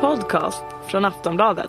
podcast från Aftonbladet.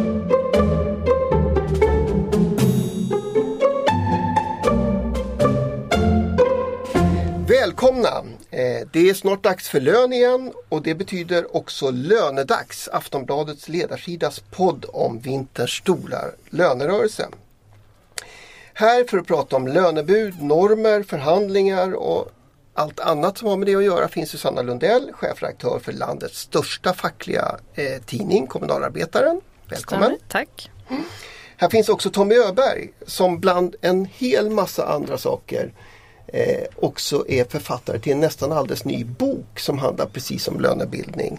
Välkomna! Det är snart dags för lön igen och det betyder också lönedags, Aftonbladets ledarsidas podd om vinterns stora lönerörelse. Här för att prata om lönebud, normer, förhandlingar och allt annat som har med det att göra finns Susanna Lundell, chefredaktör för landets största fackliga tidning, Kommunalarbetaren. Välkommen! Stämmer, tack! Här finns också Tommy Öberg som bland en hel massa andra saker också är författare till en nästan alldeles ny bok som handlar precis om lönebildning.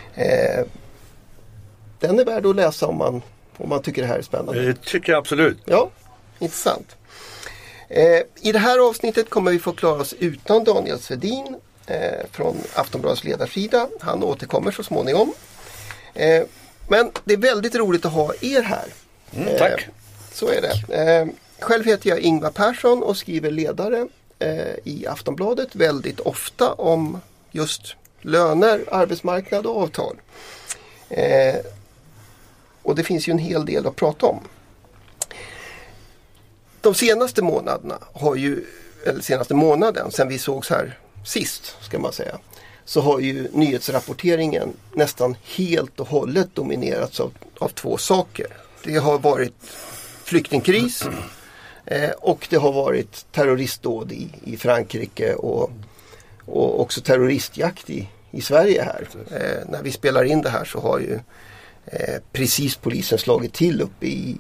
Den är värd att läsa om man tycker det här är spännande. Det tycker jag absolut. Ja, intressant. I det här avsnittet kommer vi få klara oss utan Daniel Svedin från Aftonbladets ledarsida. Han återkommer så småningom. Men det är väldigt roligt att ha er här. Tack. Så är det. Själv heter jag Ingvar Persson och skriver ledare i Aftonbladet väldigt ofta om just löner, arbetsmarknad och avtal. Och det finns ju en hel del att prata om. De senaste månaderna senaste månaden sedan vi sågs här sist ska man säga, så har ju nyhetsrapporteringen nästan helt och hållet dominerats av två saker. Det har varit flyktingkris och det har varit terroristdåd i Frankrike och också terroristjakt i Sverige här. När vi spelar in det här så har ju precis polisen slagit till upp i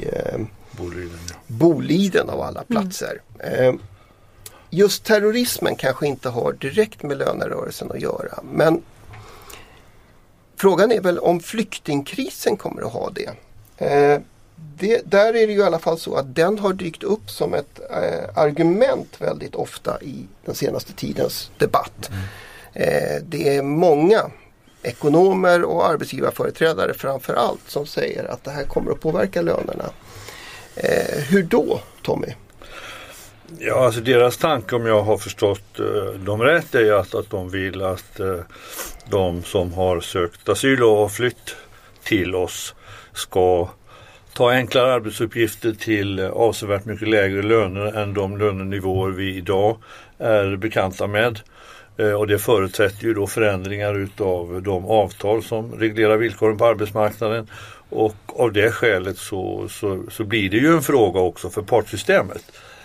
Boliden av alla platser. Just terrorismen kanske inte har direkt med lönerörelsen att göra, men frågan är väl om flyktingkrisen kommer att ha det. Där är det ju i alla fall så att den har dykt upp som ett argument väldigt ofta i den senaste tidens debatt. Det är många ekonomer och arbetsgivarföreträdare framför allt som säger att det här kommer att påverka lönerna. Hur då, Tommy? Ja, alltså deras tanke, om jag har förstått dem rätt, är att de vill att de som har sökt asyl och har flytt till oss ska ta enklare arbetsuppgifter till avsevärt mycket lägre löner än de lönenivåer vi idag är bekanta med. Och det förutsätter ju då förändringar utav de avtal som reglerar villkoren på arbetsmarknaden. Och av det skälet så blir det ju en fråga också för partsystemet.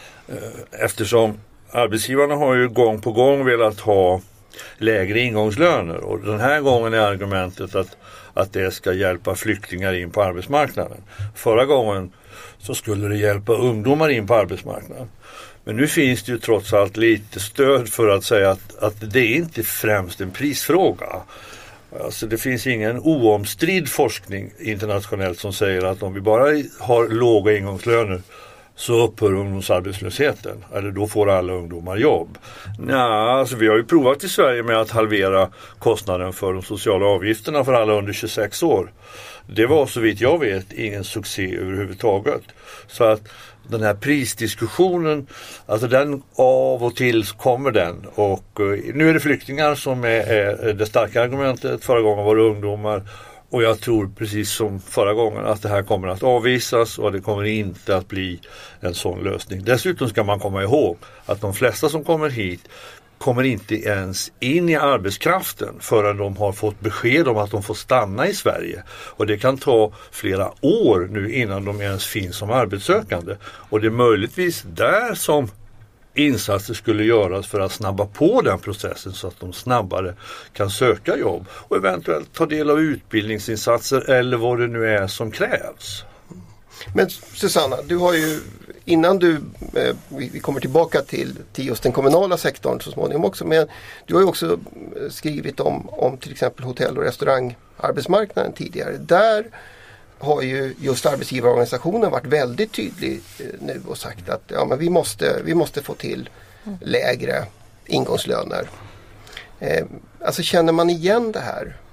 Eftersom arbetsgivarna har ju gång på gång velat ha lägre ingångslöner. Och den här gången är argumentet att det ska hjälpa flyktingar in på arbetsmarknaden. Förra gången så skulle det hjälpa ungdomar in på arbetsmarknaden. Men nu finns det ju trots allt lite stöd för att säga att det är inte främst en prisfråga. Alltså det finns ingen oomstridd forskning internationellt som säger att om vi bara har låga ingångslöner så upphör ungdomsarbetslösheten. Eller då får alla ungdomar jobb. Alltså vi har ju provat i Sverige med att halvera kostnaden för de sociala avgifterna för alla under 26 år. Det var så vitt jag vet ingen succé överhuvudtaget. Så att den här prisdiskussionen, alltså den av och till kommer den. Och nu är det flyktingar som är det starka argumentet. Förra gången var det ungdomar. Och jag tror precis som förra gången att det här kommer att avvisas och det kommer inte att bli en sån lösning. Dessutom ska man komma ihåg att de flesta som kommer hit kommer inte ens in i arbetskraften förrän de har fått besked om att de får stanna i Sverige. Och det kan ta flera år nu innan de ens finns som arbetssökande. Och det är möjligtvis där som insatser skulle göras för att snabba på den processen så att de snabbare kan söka jobb och eventuellt ta del av utbildningsinsatser eller vad det nu är som krävs. Men Susanna, du har ju innan vi kommer tillbaka till just den kommunala sektorn så småningom också, men du har ju också skrivit om till exempel hotell- och restaurangarbetsmarknaden tidigare. Där har ju just arbetsgivarorganisationen varit väldigt tydlig nu och sagt att ja, men vi måste få till lägre ingångslöner. Alltså känner man igen det här?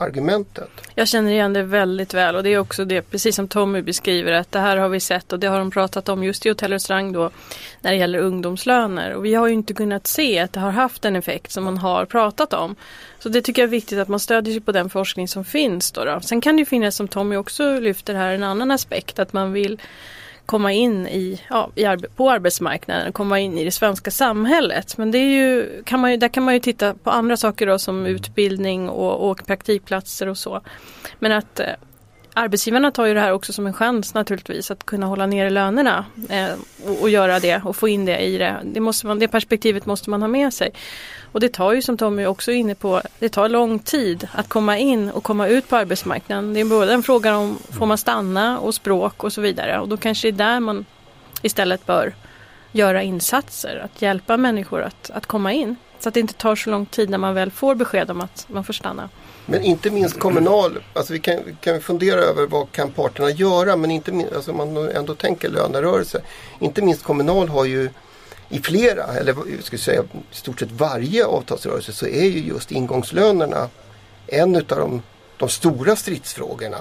argumentet. Jag känner igen det väldigt väl och det är också det, precis som Tommy beskriver, att det här har vi sett och det har de pratat om just i hotell och restaurang då när det gäller ungdomslöner. Och vi har ju inte kunnat se att det har haft en effekt som man har pratat om. Så det tycker jag är viktigt att man stödjer sig på den forskning som finns då. Sen kan det ju finnas, som Tommy också lyfter här, en annan aspekt, att man vill komma in på arbetsmarknaden, komma in i det svenska samhället. Men det är ju, där kan man ju titta på andra saker då, som utbildning och praktikplatser och så. Men att arbetsgivarna tar ju det här också som en chans naturligtvis att kunna hålla ner lönerna och göra det och få in det i det. Det perspektivet måste man ha med sig. Och det tar ju, som Tommy också är inne på, det tar lång tid att komma in och komma ut på arbetsmarknaden. Det är både en fråga om får man stanna och språk och så vidare. Och då kanske det är där man istället bör göra insatser, att hjälpa människor att komma in. Så att det inte tar så lång tid när man väl får besked om att man får stanna. Men inte minst kommunal, alltså vi kan fundera över vad kan parterna göra, men inte minst, alltså man ändå tänker lönerörelse. Inte minst kommunal har ju i flera, eller jag skulle säga i stort sett varje avtalsrörelse, så är ju just ingångslönerna en av de stora stridsfrågorna.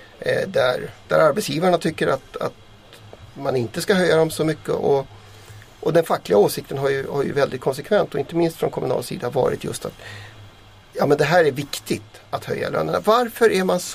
Där arbetsgivarna tycker att man inte ska höja dem så mycket, och den fackliga åsikten har ju väldigt konsekvent, och inte minst från kommunal sida varit just att men det här är viktigt att höja lönerna. Varför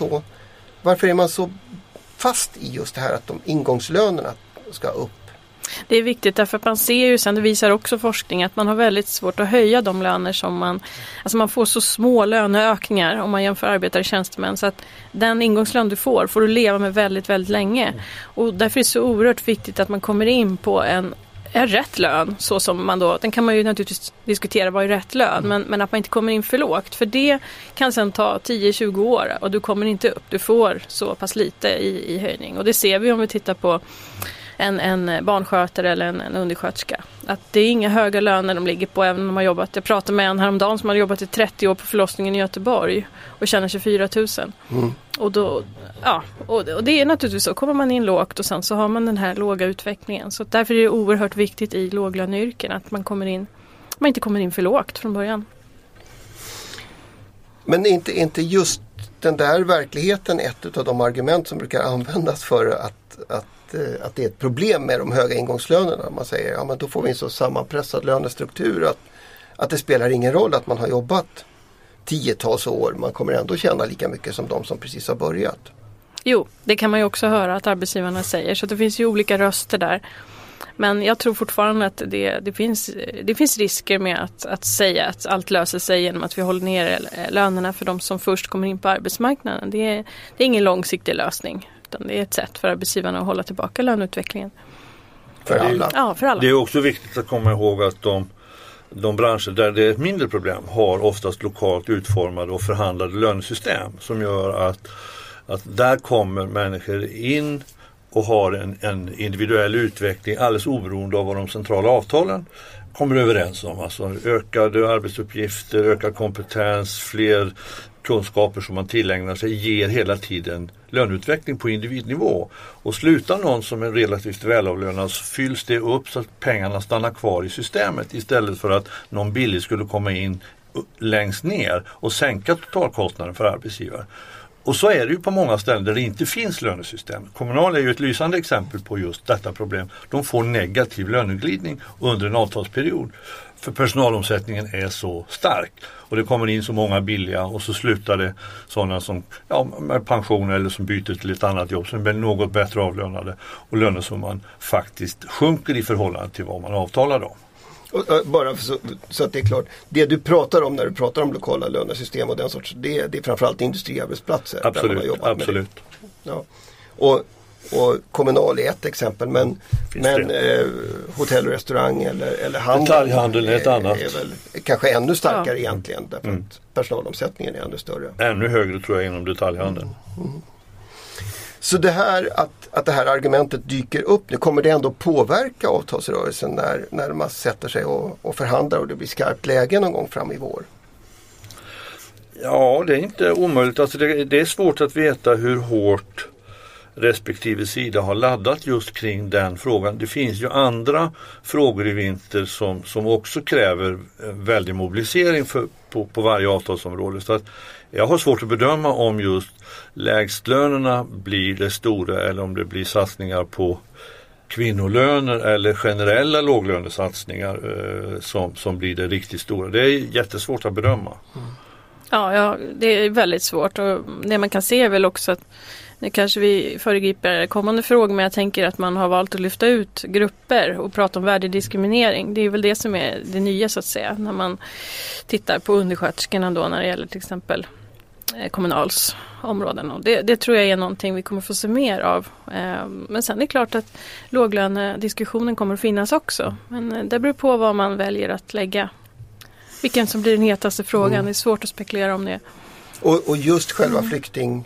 är man så fast i just det här att de ingångslönerna ska upp? Det är viktigt därför att man ser ju sen, det visar också forskning, att man har väldigt svårt att höja de löner som man får så små löneökningar om man jämför arbetare och tjänstemän, så att den ingångslön du får du leva med väldigt, väldigt länge. Och därför är det så oerhört viktigt att man kommer in på en rätt lön, så som man då, den kan man ju naturligtvis diskutera vad är rätt lön, men att man inte kommer in för lågt, för det kan sen ta 10-20 år och du kommer inte upp, du får så pass lite i höjning. Och det ser vi om vi tittar på en barnskötare eller en undersköterska. Att det är inga höga löner de ligger på, även om de har jobbat. Jag pratade med en häromdagen som hade jobbat i 30 år på förlossningen i Göteborg och tjänar 24 000. Och då, och det är naturligtvis så, kommer man in lågt och sen så har man den här låga utvecklingen. Så därför är det oerhört viktigt i låglöneyrken att man inte kommer in för lågt från början. Men inte just den där verkligheten ett av de argument som brukar användas för att det är ett problem med de höga ingångslönerna. Man säger, men då får vi en så sammanpressad lönestruktur att det spelar ingen roll att man har jobbat 10-tals år. Man kommer ändå tjäna lika mycket som de som precis har börjat. Jo, det kan man ju också höra att arbetsgivarna säger. Så det finns ju olika röster där. Men jag tror fortfarande att det finns risker med att säga att allt löser sig genom att vi håller ner lönerna för de som först kommer in på arbetsmarknaden. Det är ingen långsiktig lösning. Det är ett sätt för arbetsgivarna att hålla tillbaka löneutvecklingen. För alla? Ja, för alla. Det är också viktigt att komma ihåg att de branscher där det är ett mindre problem har oftast lokalt utformade och förhandlade lönesystem som gör att där kommer människor in och har en individuell utveckling alldeles oberoende av vad de centrala avtalen kommer överens om. Alltså ökade arbetsuppgifter, ökad kompetens, fler kunskaper som man tillägnar sig ger hela tiden löneutveckling på individnivå. Och slutar någon som är relativt välavlönad så fylls det upp så att pengarna stannar kvar i systemet istället för att någon billig skulle komma in längst ner och sänka totalkostnaden för arbetsgivare. Och så är det ju på många ställen där det inte finns lönesystem. Kommunal är ju ett lysande exempel på just detta problem. De får negativ löneglidning under en avtalsperiod. För personalomsättningen är så stark. Och det kommer in så många billiga och så slutar det sådana som med pension eller som byter till ett annat jobb som blir något bättre avlönade. Och lönesumman faktiskt sjunker i förhållande till vad man avtalar om. Och, bara så att det är klart, det du pratar om när du pratar om lokala lönesystem och den sorts, det är framförallt industriarbetsplatser. Absolut, där man har jobbat absolut. Med det. Ja. Och kommunal är ett exempel, men hotell och restaurang eller handel. Detaljhandel är ett annat. Är väl kanske ännu starkare egentligen, därför att personalomsättningen är ännu större. Ännu högre tror jag inom detaljhandeln. Så det här att det här argumentet dyker upp, nu kommer det ändå påverka avtalsrörelsen när man sätter sig och förhandlar och det blir skarpt läge någon gång fram i vår? Ja, det är inte omöjligt. Alltså det är svårt att veta hur hårt respektive sida har laddat just kring den frågan. Det finns ju andra frågor i vinter som också kräver väldig mobilisering på varje avtalsområde. Så att jag har svårt att bedöma om just lägstlönerna blir det stora eller om det blir satsningar på kvinnolöner eller generella låglönesatsningar som blir det riktigt stora. Det är jättesvårt att bedöma. Ja, det är väldigt svårt, och det man kan se är väl också att nu kanske vi föregriper kommande frågor, men jag tänker att man har valt att lyfta ut grupper och prata om värdediskriminering. Det är väl det som är det nya så att säga när man tittar på undersköterskorna då när det gäller till exempel Kommunals områden. Och det tror jag är någonting vi kommer få se mer av. Men sen är det klart att låglönediskussionen kommer att finnas också. Men det beror på vad man väljer att lägga. Vilken som blir den hetaste frågan. Det är svårt att spekulera om det. Och just själva flykting,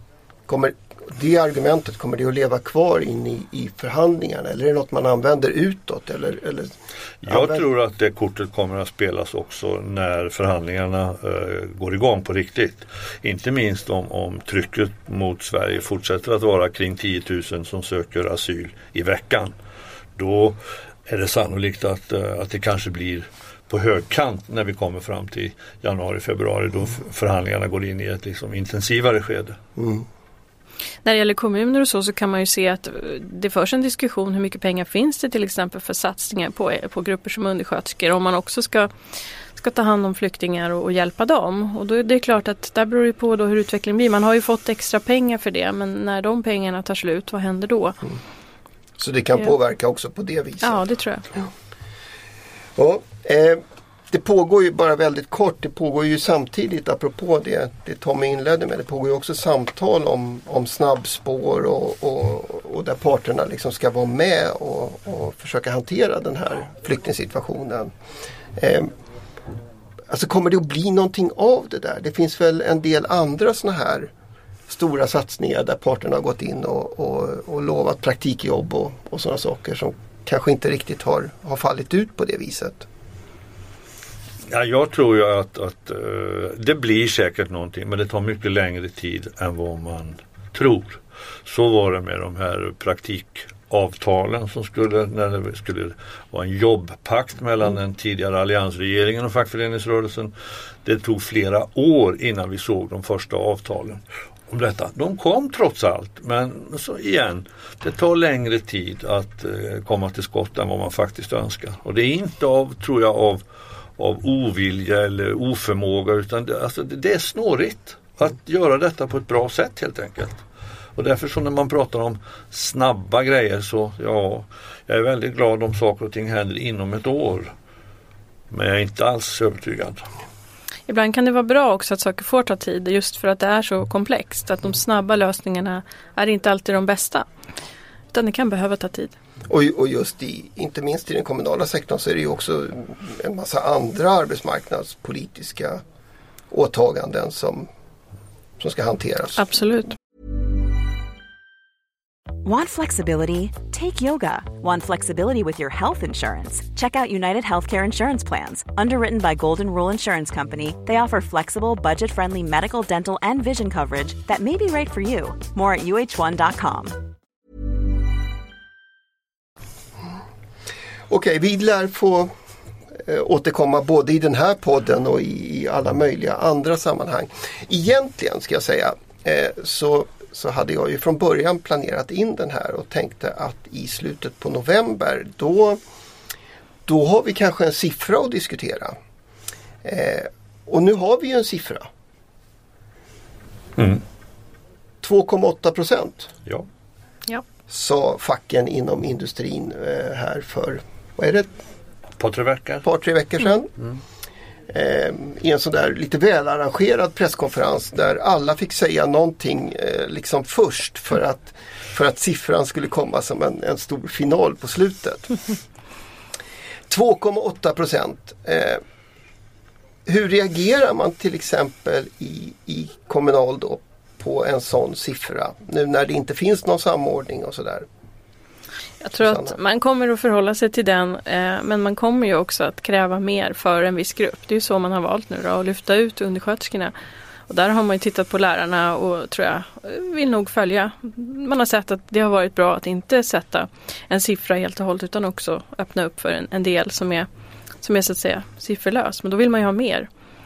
det argumentet, kommer det att leva kvar in i förhandlingarna? Eller är det något man använder utåt? Eller jag tror att det kortet kommer att spelas också när förhandlingarna går igång på riktigt. Inte minst om trycket mot Sverige fortsätter att vara kring 10 000 som söker asyl i veckan. Då är det sannolikt att det kanske blir på högkant när vi kommer fram till januari, februari, då förhandlingarna går in i ett intensivare skede. Mm. När det gäller kommuner och så kan man ju se att det förs en diskussion hur mycket pengar finns det till exempel för satsningar på grupper som undersköterskor, om man också ska ta hand om flyktingar och hjälpa dem. Och då är det klart att där beror det på då hur utvecklingen blir. Man har ju fått extra pengar för det, men när de pengarna tar slut, vad händer då? Mm. Så det kan påverka också på det viset? Ja, det tror jag. Ja, det pågår ju bara väldigt kort, det pågår ju samtidigt, apropå det Tommy inledde med, det pågår ju också samtal om snabbspår och där parterna liksom ska vara med och försöka hantera den här flyktingsituationen. Alltså kommer det att bli någonting av det där? Det finns väl en del andra såna här stora satsningar där parterna har gått in och lovat praktikjobb och sådana saker som kanske inte riktigt har fallit ut på det viset. Ja, jag tror ju att det blir säkert någonting, men det tar mycket längre tid än vad man tror. Så var det med de här praktikavtalen som när det skulle vara en jobbpakt mellan den tidigare alliansregeringen och fackföreningsrörelsen. Det tog flera år innan vi såg de första avtalen om detta. De kom trots allt, men så igen, det tar längre tid att komma till skott än vad man faktiskt önskar. Och det är inte tror jag, av ovilja eller oförmåga, utan det är snårigt att göra detta på ett bra sätt helt enkelt. Och därför så när man pratar om snabba grejer så jag är väldigt glad om saker och ting händer inom ett år. Men jag är inte alls övertygad. Ibland kan det vara bra också att saker får ta tid, just för att det är så komplext. Att de snabba lösningarna är inte alltid de bästa. Utan det kan behöva ta tid. Och just inte minst i den kommunala sektorn så är det ju också en massa andra arbetsmarknadspolitiska åtaganden som ska hanteras. Absolut. Want flexibility? Take yoga. Want flexibility with your health insurance? Check out United Healthcare Insurance Plans. Underwritten by Golden Rule Insurance Company, they offer flexible, budget-friendly medical, dental, and vision coverage that may be right for you. More at uh1.com. Okej, vi lär få återkomma både i den här podden och i alla möjliga andra sammanhang. Egentligen ska jag säga så hade jag ju från början planerat in den här och tänkte att i slutet på november då har vi kanske en siffra att diskutera. Och nu har vi ju en siffra. 2,8%. Ja. Sa facken inom industrin här för, vad är det? Ett par, tre veckor sedan. I en sån där lite välarrangerad presskonferens där alla fick säga någonting liksom först för att siffran skulle komma som en stor final på slutet. 2,8%. Hur reagerar man till exempel i Kommunal då på en sån siffra nu när det inte finns någon samordning och sådär? Jag tror att man kommer att förhålla sig till den, men man kommer ju också att kräva mer för en viss grupp. Det är ju så man har valt nu då, att lyfta ut undersköterskorna. Och där har man ju tittat på lärarna och tror jag vill nog följa. Man har sett att det har varit bra att inte sätta en siffra helt och hållet utan också öppna upp för en del som är så att säga sifferlös. Men då vill man ju ha mer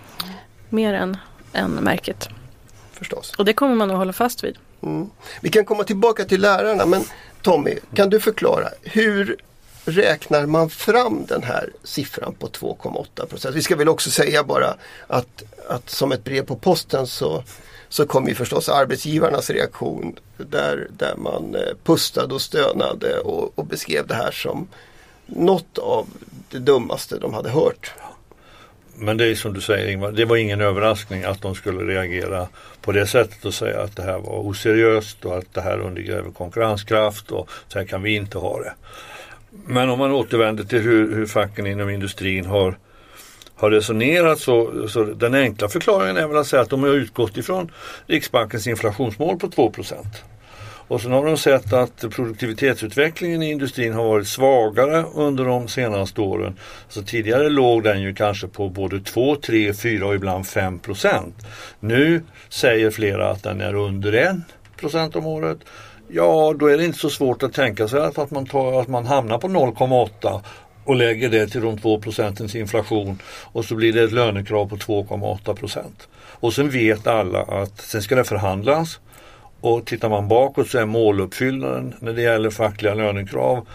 än märket. Förstås. Och det kommer man att hålla fast vid. Mm. Vi kan komma tillbaka till lärarna, men Tommy, kan du förklara hur räknar man fram den här siffran på 2,8%? Vi ska väl också säga bara att som ett brev på posten så kom ju förstås arbetsgivarnas reaktion där man pustade och stönade och beskrev det här som något av det dummaste de hade hört. Men det är som du säger, Ingvar, det var ingen överraskning att de skulle reagera på det sättet och säga att det här var oseriöst och att det här undergräver konkurrenskraft och så här kan vi inte ha det. Men om man återvänder till hur facken inom industrin har resonerat så den enkla förklaringen är väl att säga att de har utgått ifrån Riksbankens inflationsmål på 2%. Och sen har de sett att produktivitetsutvecklingen i industrin har varit svagare under de senaste åren. Så tidigare låg den ju kanske på både 2, 3, 4 och ibland 5%. Nu säger flera att den är under 1% om året. Ja, då är det inte så svårt att tänka sig att man hamnar på 0,8 och lägger det till de 2% inflation och så blir det ett lönekrav på 2,8%. Och sen vet alla att sen ska det förhandlas. Och tittar man bakåt så är måluppfyllnaden när det gäller fackliga lönekrav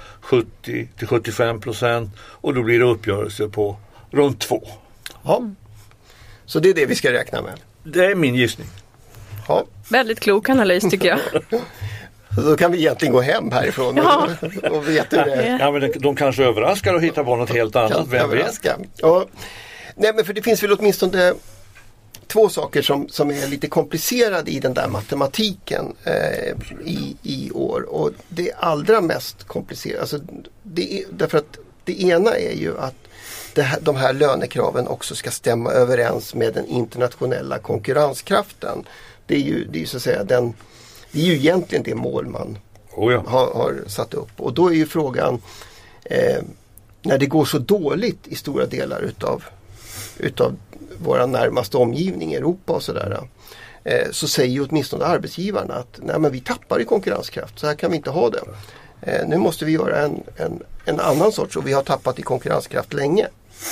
70-75% och då blir det uppgörelse på runt 2. Ja. Så det är det vi ska räkna med. Det är min gissning. Ja. Väldigt klok analys tycker jag. Så då kan vi egentligen gå hem härifrån och veta hur det är. Ja, men de kanske överraskar och hittar på något helt annat. Vem vet? Ja. Nej, men för det finns väl åtminstone 2 saker som är lite komplicerade i den där matematiken i år. Och det allra mest komplicerade, alltså därför att det ena är ju att de här lönekraven också ska stämma överens med den internationella konkurrenskraften. Det är ju så att säga det är ju egentligen det mål man har satt upp. Och då är ju frågan när det går så dåligt i stora delar utav vår närmaste omgivning, Europa och sådär, så säger ju åtminstone arbetsgivarna att nej, men vi tappar i konkurrenskraft, så här kan vi inte ha det. Nu måste vi göra en annan sorts, och vi har tappat i konkurrenskraft länge.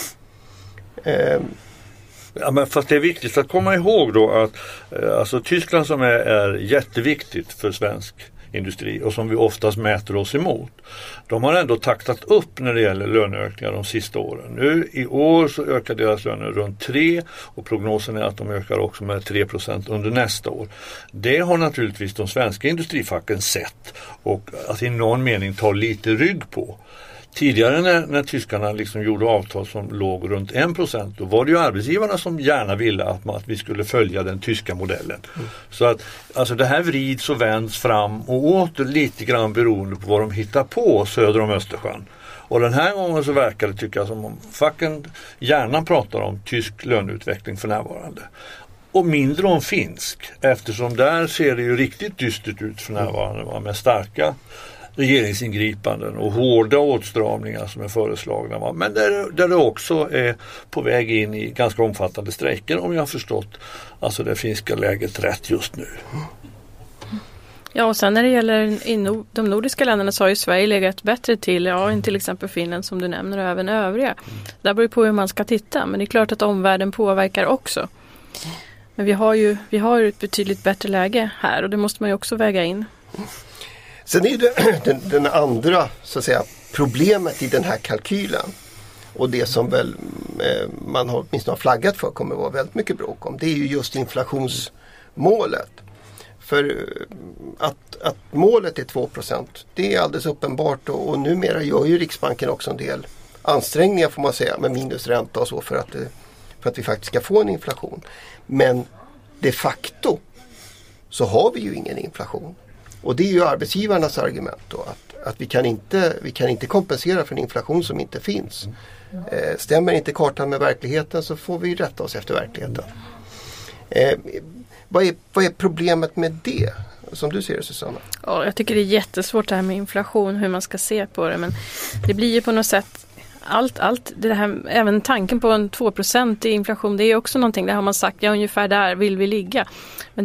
Ja, men fast det är viktigt att komma ihåg då att alltså Tyskland som är jätteviktigt för svensk industri och som vi oftast mäter oss emot. De har ändå taktat upp när det gäller löneökningar de sista åren. Nu i år så ökar deras löner runt 3 och prognosen är att de ökar också med 3% under nästa år. Det har naturligtvis de svenska industrifacken sett och att i någon mening ta lite rygg på. Tidigare när tyskarna liksom gjorde avtal som låg runt 1%, då var det ju arbetsgivarna som gärna ville att vi skulle följa den tyska modellen. Så att alltså det här vrids och vänds fram och åter lite grann beroende på vad de hittar på söder om Östersjön. Och den här gången så verkar det tycka som om facken gärna pratar om tysk löneutveckling för närvarande. Och mindre om finsk, eftersom där ser det ju riktigt dystert ut för närvarande med starka regeringsingripanden och hårda åtstramningar som är föreslagna. Men där det också är på väg in i ganska omfattande strejker, om jag har förstått alltså det finska läget rätt just nu. Ja, och sen när det gäller de nordiska länderna så har ju Sverige legat bättre till än till exempel Finland som du nämner och även övriga. Där beror på hur man ska titta, men det är klart att omvärlden påverkar också. Men vi har ju ett betydligt bättre läge här och det måste man ju också väga in. Sen är det den andra så att säga, problemet i den här kalkylen och det som väl man åtminstone har flaggat för kommer att vara väldigt mycket bråk om, det är ju just inflationsmålet. För att målet är 2%, det är alldeles uppenbart och numera gör ju Riksbanken också en del ansträngningar får man säga med minusränta och så för att vi faktiskt ska få en inflation. Men de facto så har vi ju ingen inflation. Och det är ju arbetsgivarnas argument då, att vi kan inte kompensera för en inflation som inte finns. Stämmer inte kartan med verkligheten så får vi rätta oss efter verkligheten. Vad är problemet med det som du ser det, Susanna? Ja, jag tycker det är jättesvårt det här med inflation, hur man ska se på det. Men det blir ju på något sätt allt det här, även tanken på en 2% i inflation, det är också någonting, där har man sagt, ja ungefär där vill vi ligga. Men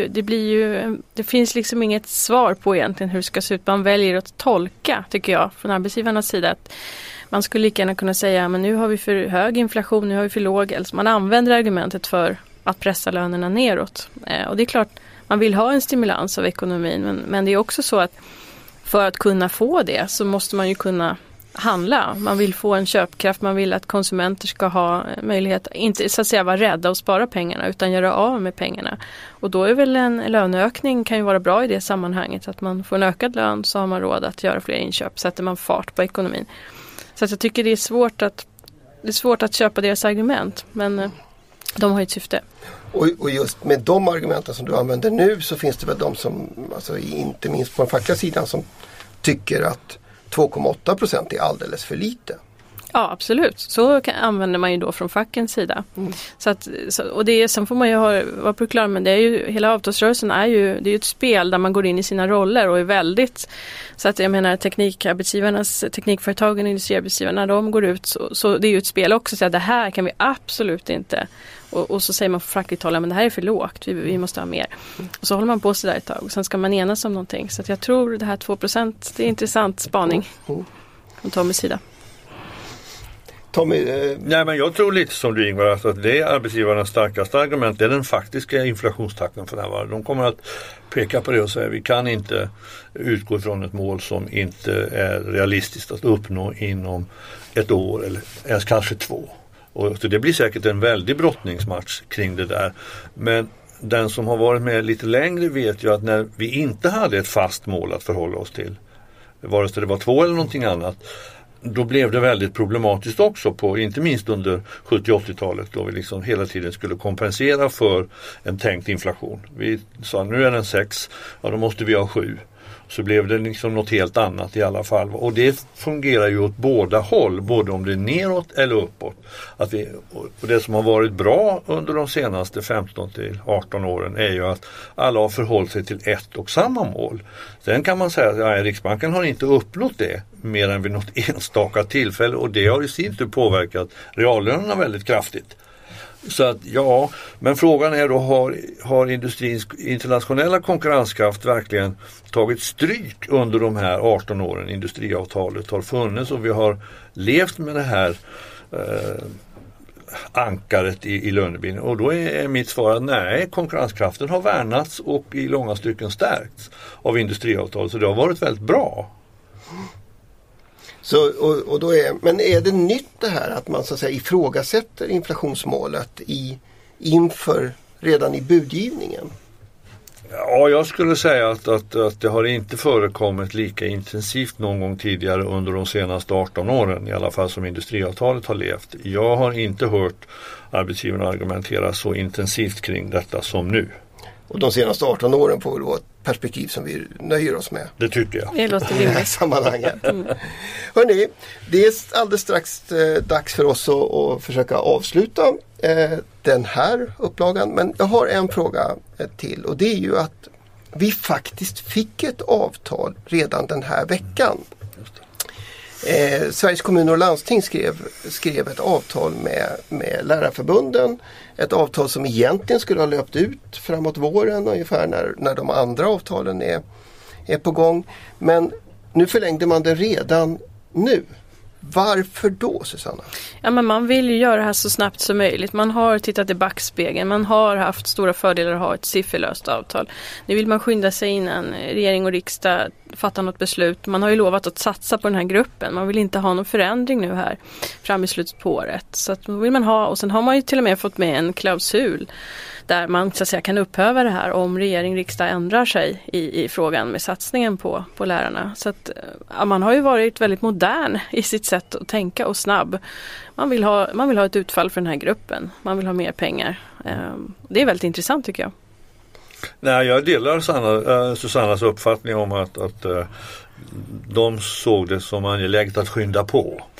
det finns liksom inget svar på egentligen hur det ska se ut. Man väljer att tolka, tycker jag, från arbetsgivarnas sida, att man skulle lika gärna kunna säga, men nu har vi för hög inflation, nu har vi för låg. Alltså man använder argumentet för att pressa lönerna neråt. Och det är klart, man vill ha en stimulans av ekonomin, men det är också så att för att kunna få det så måste man ju kunna handla. Man vill få en köpkraft, man vill att konsumenter ska ha möjlighet, inte så att säga vara rädda och spara pengarna, utan göra av med pengarna. Och då är väl en löneökning kan ju vara bra i det sammanhanget, att man får en ökad lön så har man råd att göra fler inköp, sätter man fart på ekonomin. Så att jag tycker det är svårt att köpa deras argument, men de har ju ett syfte. Och just med de argumenten som du använder nu så finns det väl de som, alltså inte minst på den fackliga sidan, som tycker att 2,8% är alldeles för lite. Ja, absolut. Så använder man ju då från fackens sida. Så att, och det, sen får man ju vara på klar, men det är ju, hela avtalsrörelsen är ju, det är ju ett spel där man går in i sina roller och är väldigt, så att jag menar teknikföretagen och industriarbetsgivarna, de går ut, så det är ju ett spel också, så att det här kan vi absolut inte. Och så säger man för fackligt håll, men det här är för lågt, vi måste ha mer. Och så håller man på sig där ett tag och sen ska man enas om någonting. Så att jag tror det här 2%, det är intressant spaning från Tommys sida. Tommy, Nej, men jag tror lite som du, Ingvar, att det är arbetsgivarnas starkaste argument, det är den faktiska inflationstakten för närvarande. De kommer att peka på det och säga att vi kan inte utgå från ett mål som inte är realistiskt att uppnå inom ett år eller ens kanske 2. Och så det blir säkert en väldig brottningsmatch kring det där. Men den som har varit med lite längre vet ju att när vi inte hade ett fast mål att förhålla oss till, vare sig det var 2 eller någonting annat, då blev det väldigt problematiskt också, inte minst under 70-80-talet, då vi liksom hela tiden skulle kompensera för en tänkt inflation. Vi sa nu är den 6, ja då måste vi ha 7. Så blev det liksom något helt annat i alla fall. Och det fungerar ju åt båda håll, både om det är neråt eller uppåt. Och det som har varit bra under de senaste 15-18 åren är ju att alla har förhållit sig till ett och samma mål. Sen kan man säga att Riksbanken har inte uppnått det mer än vid något enstaka tillfälle, och det har i sin tur påverkat reallönerna väldigt kraftigt. Så att ja, men frågan är då, har industrins internationella konkurrenskraft verkligen tagit stryk under de här 18 åren industriavtalet har funnits, och vi har levt med det här ankaret i lönebildningen? Och då är mitt svar att nej, konkurrenskraften har värnats och i långa stycken stärkts av industriavtalet, så det har varit väldigt bra. Så, och då men är det nytt det här att man så att säga ifrågasätter inflationsmålet inför redan i budgivningen? Ja, jag skulle säga att det har inte förekommit lika intensivt någon gång tidigare under de senaste 18 åren, i alla fall som industriavtalet har levt. Jag har inte hört arbetsgivarna argumentera så intensivt kring detta som nu. Och de senaste 18 åren får väl vara ett perspektiv som vi nöjer oss med. Det tycker jag. Det låter rimligt. Sammanhanget. Hörrni, det är alldeles strax dags för oss att försöka avsluta den här upplagan. Men jag har en fråga till, och det är ju att vi faktiskt fick ett avtal redan den här veckan. Sveriges kommuner och landsting skrev ett avtal med lärarförbunden. Ett avtal som egentligen skulle ha löpt ut framåt våren ungefär när de andra avtalen är på gång. Men nu förlängde man det redan nu. Varför då, Susanna? Ja, men man vill ju göra det här så snabbt som möjligt. Man har tittat i backspegeln. Man har haft stora fördelar att ha ett sifferlöst avtal. Nu vill man skynda sig innan regering och riksdag fattar något beslut. Man har ju lovat att satsa på den här gruppen. Man vill inte ha någon förändring nu här fram i slutet på året. Så att vill man ha, och sen har man ju till och med fått med en klausul där man så att säga kan upphäva det här om regering och riksdag ändrar sig i frågan med satsningen på lärarna. Så att ja, man har ju varit väldigt modern i sitt sätt att tänka och snabb. Man vill ha ett utfall för den här gruppen. Man vill ha mer pengar. Det är väldigt intressant tycker jag. Nej, jag delar Susannas uppfattning om att de såg det som angeläget att skynda på.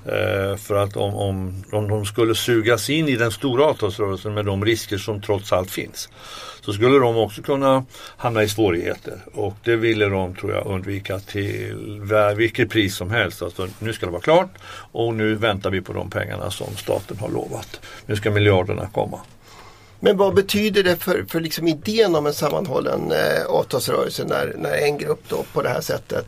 För att om de skulle sugas in i den stora avtalsrörelsen med de risker som trots allt finns, så skulle de också kunna hamna i svårigheter. Och det ville de, tror jag, undvika till vilket pris som helst. Alltså, nu ska det vara klart och nu väntar vi på de pengarna som staten har lovat. Nu ska miljarderna komma. Men vad betyder det för liksom idén om en sammanhållen avtalsrörelse när en grupp då på det här sättet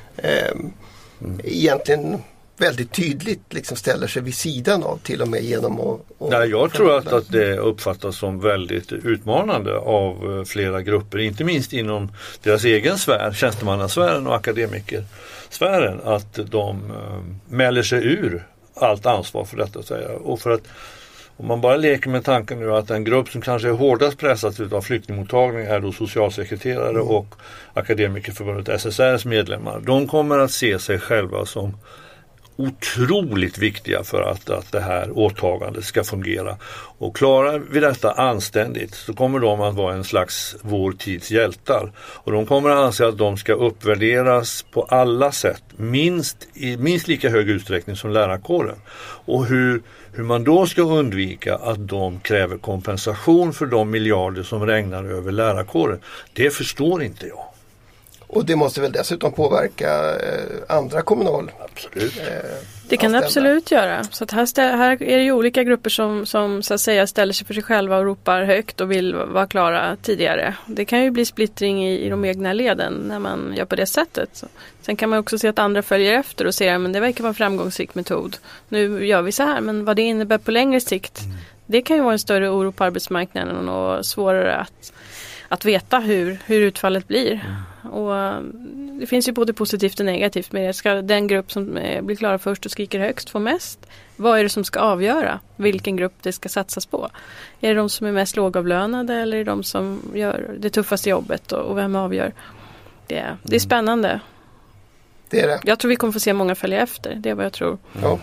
egentligen väldigt tydligt liksom ställer sig vid sidan av, till och med genom att... Nej, jag tror att det uppfattas som väldigt utmanande av flera grupper, inte minst inom deras egen sfär, tjänstemannasfären och akademikersfären, att de mäler sig ur allt ansvar för detta. Och för att om man bara leker med tanken nu att en grupp som kanske är hårdast pressad av flyktingmottagning är då socialsekreterare och Akademikerförbundet SSRs medlemmar. De kommer att se sig själva som otroligt viktiga för att det här åtagandet ska fungera. Och klarar vi detta anständigt så kommer de att vara en slags vår tids hjältar. Och de kommer att anse att de ska uppvärderas på alla sätt, i minst lika hög utsträckning som lärarkåren. Och hur man då ska undvika att de kräver kompensation för de miljarder som regnar över lärarkåren, det förstår inte jag. Och det måste väl dessutom påverka andra Absolut. Det kan det absolut göra. Så att här är det ju olika grupper som så att säga ställer sig för sig själva och ropar högt och vill vara klara tidigare. Det kan ju bli splittring i de egna leden när man gör på det sättet. Så. Sen kan man också se att andra följer efter och ser att det verkar vara en framgångsrik metod. Nu gör vi så här, men vad det innebär på längre sikt, det kan ju vara en större oro på arbetsmarknaden och svårare att veta hur utfallet blir. Och det finns ju både positivt och negativt med det. Ska den grupp som blir klara först och skriker högst få mest? Vad är det som ska avgöra vilken grupp det ska satsas på? Är det de som är mest lågavlönade eller är det de som gör det tuffaste jobbet och vem avgör? Det är spännande. Det är det. Jag tror vi kommer få se många följa efter. Det är vad jag tror. Ja.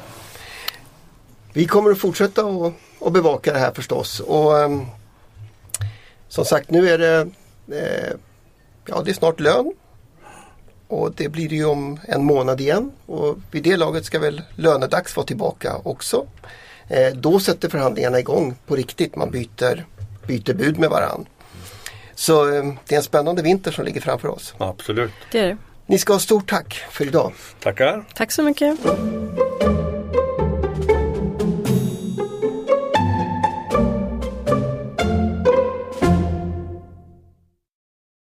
Vi kommer att fortsätta och bevaka det här förstås. Och som sagt, nu är det det är snart lön. Och det blir det ju om en månad igen. Och vid det laget ska väl lönedags vara tillbaka också. Då sätter förhandlingarna igång på riktigt. Man byter bud med varann. Så det är en spännande vinter som ligger framför oss. Absolut. Det är det. Ni ska ha stort tack för idag. Tackar. Tack så mycket.